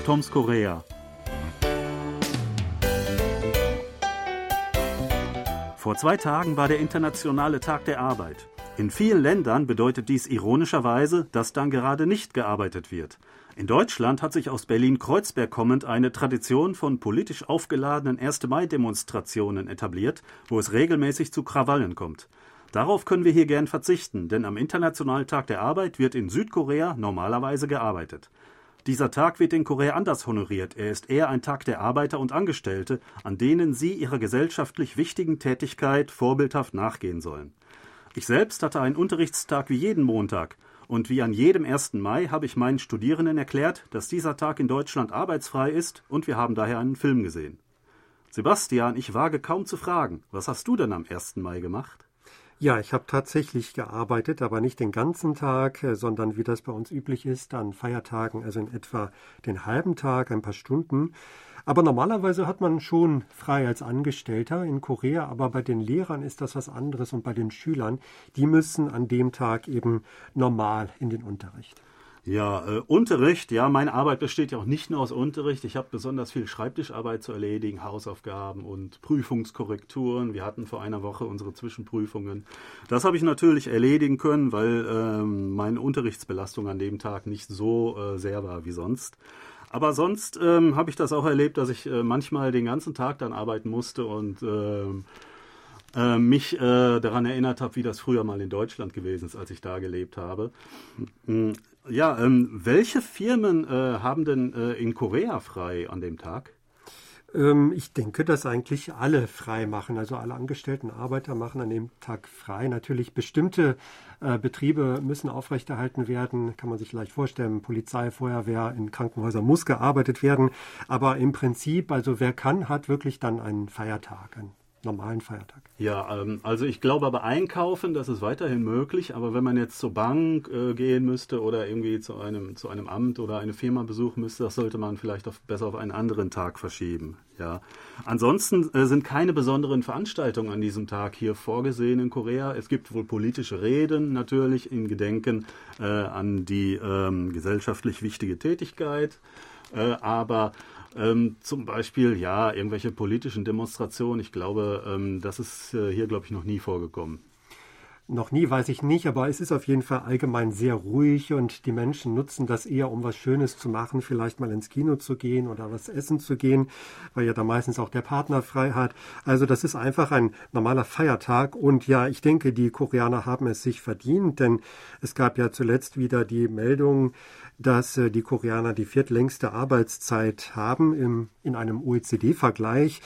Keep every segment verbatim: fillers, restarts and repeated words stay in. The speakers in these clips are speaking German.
Toms Korea. Vor zwei Tagen war der Internationale Tag der Arbeit. In vielen Ländern bedeutet dies ironischerweise, dass dann gerade nicht gearbeitet wird. In Deutschland hat sich aus Berlin-Kreuzberg kommend eine Tradition von politisch aufgeladenen ersten Mai-Demonstrationen etabliert, wo es regelmäßig zu Krawallen kommt. Darauf können wir hier gern verzichten, denn am Internationalen Tag der Arbeit wird in Südkorea normalerweise gearbeitet. Dieser Tag wird in Korea anders honoriert. Er ist eher ein Tag der Arbeiter und Angestellte, an denen sie ihrer gesellschaftlich wichtigen Tätigkeit vorbildhaft nachgehen sollen. Ich selbst hatte einen Unterrichtstag wie jeden Montag. Und wie an jedem ersten Mai habe ich meinen Studierenden erklärt, dass dieser Tag in Deutschland arbeitsfrei ist und wir haben daher einen Film gesehen. Sebastian, ich wage kaum zu fragen, was hast du denn am ersten Mai gemacht? Ja, ich habe tatsächlich gearbeitet, aber nicht den ganzen Tag, sondern wie das bei uns üblich ist, an Feiertagen, also in etwa den halben Tag, ein paar Stunden. Aber normalerweise hat man schon frei als Angestellter in Korea, aber bei den Lehrern ist das was anderes und bei den Schülern, die müssen an dem Tag eben normal in den Unterricht. Ja, äh, Unterricht, ja, meine Arbeit besteht ja auch nicht nur aus Unterricht. Ich habe besonders viel Schreibtischarbeit zu erledigen, Hausaufgaben und Prüfungskorrekturen. Wir hatten vor einer Woche unsere Zwischenprüfungen. Das habe ich natürlich erledigen können, weil ähm, meine Unterrichtsbelastung an dem Tag nicht so äh, sehr war wie sonst. Aber sonst ähm, habe ich das auch erlebt, dass ich äh, manchmal den ganzen Tag dann arbeiten musste und ähm, äh, mich äh, daran erinnert habe, wie das früher mal in Deutschland gewesen ist, als ich da gelebt habe. Ja, ähm, welche Firmen äh, haben denn äh, in Korea frei an dem Tag? Ähm, ich denke, dass eigentlich alle frei machen. Also alle angestellten Arbeiter machen an dem Tag frei. Natürlich bestimmte äh, Betriebe müssen aufrechterhalten werden. Kann man sich leicht vorstellen. Polizei, Feuerwehr, in Krankenhäusern muss gearbeitet werden. Aber im Prinzip, also wer kann, hat wirklich dann einen Feiertag, einen normalen Feiertag. Ja, ähm, also ich glaube aber einkaufen, das ist weiterhin möglich, aber wenn man jetzt zur Bank äh, gehen müsste oder irgendwie zu einem zu einem Amt oder eine Firma besuchen müsste, das sollte man vielleicht auf, besser auf einen anderen Tag verschieben. Ja. Ansonsten äh, sind keine besonderen Veranstaltungen an diesem Tag hier vorgesehen in Korea. Es gibt wohl politische Reden natürlich in Gedenken äh, an die ähm, gesellschaftlich wichtige Tätigkeit, äh, aber Ähm, zum Beispiel, ja, irgendwelche politischen Demonstrationen. Ich glaube, ähm, das ist äh, hier, glaube ich, noch nie vorgekommen. Noch nie, weiß ich nicht, aber es ist auf jeden Fall allgemein sehr ruhig und die Menschen nutzen das eher, um was Schönes zu machen, vielleicht mal ins Kino zu gehen oder was essen zu gehen, weil ja da meistens auch der Partner frei hat. Also das ist einfach ein normaler Feiertag und ja, ich denke, die Koreaner haben es sich verdient, denn es gab ja zuletzt wieder die Meldung, dass äh, die Koreaner die viertlängste Arbeitszeit haben im, in einem O E C D-Vergleich.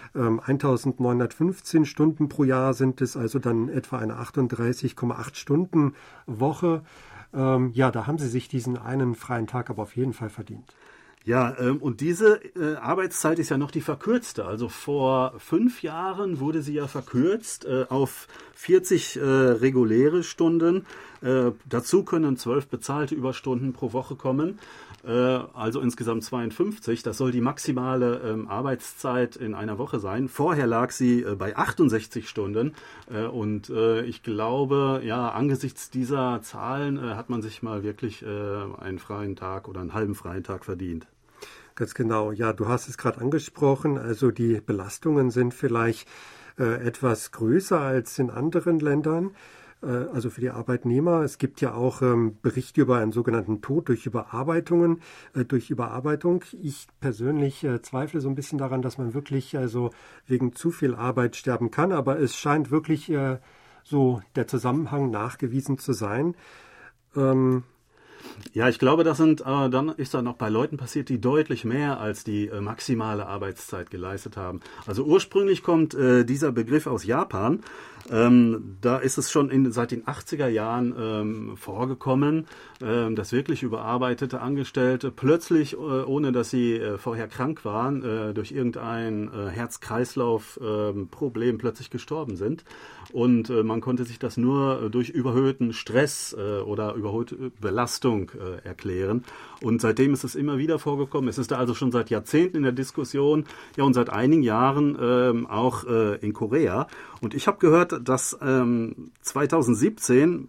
eintausendneunhundertfünfzehn Stunden pro Jahr sind es, also dann etwa eine achtunddreißig Komma acht Stunden Woche. Ähm, ja, da haben sie sich diesen einen freien Tag aber auf jeden Fall verdient. Ja, ähm, und diese äh, Arbeitszeit ist ja noch die verkürzte. Also vor fünf Jahren wurde sie ja verkürzt äh, auf vierzig äh, reguläre Stunden. Äh, dazu können zwölf bezahlte Überstunden pro Woche kommen. Also insgesamt zweiundfünfzig. Das soll die maximale ähm, Arbeitszeit in einer Woche sein. Vorher lag sie äh, bei achtundsechzig Stunden. Äh, und äh, ich glaube, ja, angesichts dieser Zahlen äh, hat man sich mal wirklich äh, einen freien Tag oder einen halben freien Tag verdient. Ganz genau. Ja, du hast es gerade angesprochen. Also die Belastungen sind vielleicht äh, etwas größer als in anderen Ländern. Also für die Arbeitnehmer. Es gibt ja auch ähm, Berichte über einen sogenannten Tod durch Überarbeitungen, äh, durch Überarbeitung. Ich persönlich äh, zweifle so ein bisschen daran, dass man wirklich also wegen zu viel Arbeit sterben kann, aber es scheint wirklich äh, so der Zusammenhang nachgewiesen zu sein. Ähm, Ja, ich glaube, das sind, äh, dann ist dann noch bei Leuten passiert, die deutlich mehr als die äh, maximale Arbeitszeit geleistet haben. Also ursprünglich kommt äh, dieser Begriff aus Japan. Ähm, da ist es schon in, seit den achtziger Jahren ähm, vorgekommen, ähm, dass wirklich überarbeitete Angestellte plötzlich, äh, ohne dass sie äh, vorher krank waren, äh, durch irgendein äh, Herz-Kreislauf-Problem äh, plötzlich gestorben sind. Und äh, man konnte sich das nur äh, durch überhöhten Stress äh, oder überhöhte Belastung äh, erklären. Und seitdem ist es immer wieder vorgekommen. Es ist da also schon seit Jahrzehnten in der Diskussion, ja, und seit einigen Jahren ähm, auch äh, in Korea. Und ich habe gehört, dass ähm, zweitausendsiebzehn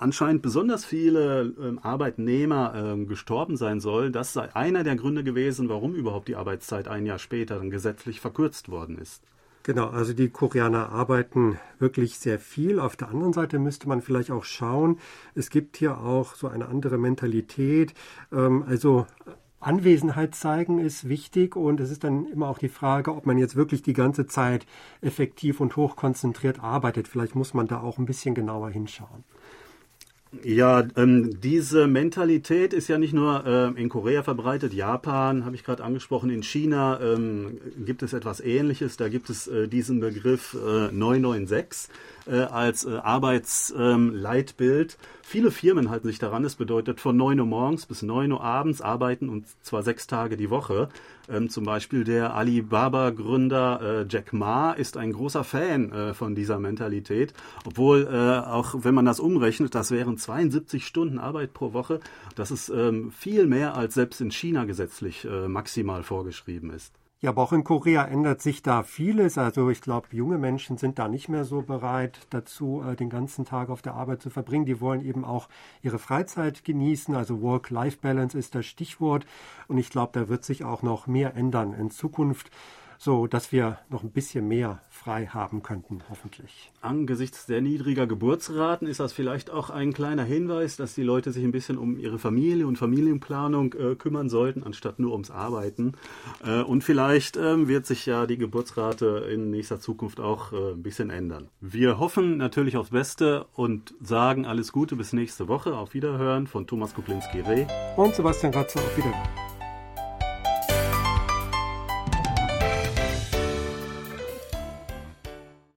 anscheinend besonders viele äh, Arbeitnehmer äh, gestorben sein soll, das sei einer der Gründe gewesen, warum überhaupt die Arbeitszeit ein Jahr später dann gesetzlich verkürzt worden ist. Genau, also die Koreaner arbeiten wirklich sehr viel. Auf der anderen Seite müsste man vielleicht auch schauen, es gibt hier auch so eine andere Mentalität. Ähm, also Anwesenheit zeigen ist wichtig und es ist dann immer auch die Frage, ob man jetzt wirklich die ganze Zeit effektiv und hochkonzentriert arbeitet. Vielleicht muss man da auch ein bisschen genauer hinschauen. Ja, ähm, diese Mentalität ist ja nicht nur äh, in Korea verbreitet. Japan habe ich gerade angesprochen. In China ähm, gibt es etwas Ähnliches. Da gibt es äh, diesen Begriff äh, neun neun sechs äh, als äh, Arbeitsleitbild. Ähm, Viele Firmen halten sich daran. Es bedeutet von neun Uhr morgens bis neun Uhr abends arbeiten und zwar sechs Tage die Woche. Ähm, zum Beispiel der Alibaba-Gründer äh, Jack Ma ist ein großer Fan äh, von dieser Mentalität. Obwohl, äh, auch wenn man das umrechnet, das wären zweiundsiebzig Stunden Arbeit pro Woche. Das ist ähm, viel mehr, als selbst in China gesetzlich äh, maximal vorgeschrieben ist. Ja, aber auch in Korea ändert sich da vieles. Also ich glaube, junge Menschen sind da nicht mehr so bereit dazu, den ganzen Tag auf der Arbeit zu verbringen. Die wollen eben auch ihre Freizeit genießen. Also Work-Life-Balance ist das Stichwort. Und ich glaube, da wird sich auch noch mehr ändern in Zukunft, so dass wir noch ein bisschen mehr frei haben könnten, hoffentlich. Angesichts der niedriger Geburtsraten ist das vielleicht auch ein kleiner Hinweis, dass die Leute sich ein bisschen um ihre Familie und Familienplanung äh, kümmern sollten, anstatt nur ums Arbeiten. Äh, und vielleicht äh, wird sich ja die Geburtsrate in nächster Zukunft auch äh, ein bisschen ändern. Wir hoffen natürlich aufs Beste und sagen alles Gute bis nächste Woche. Auf Wiederhören von Thomas Kuplinski-Reh und Sebastian Ratzer. Auf Wiederhören.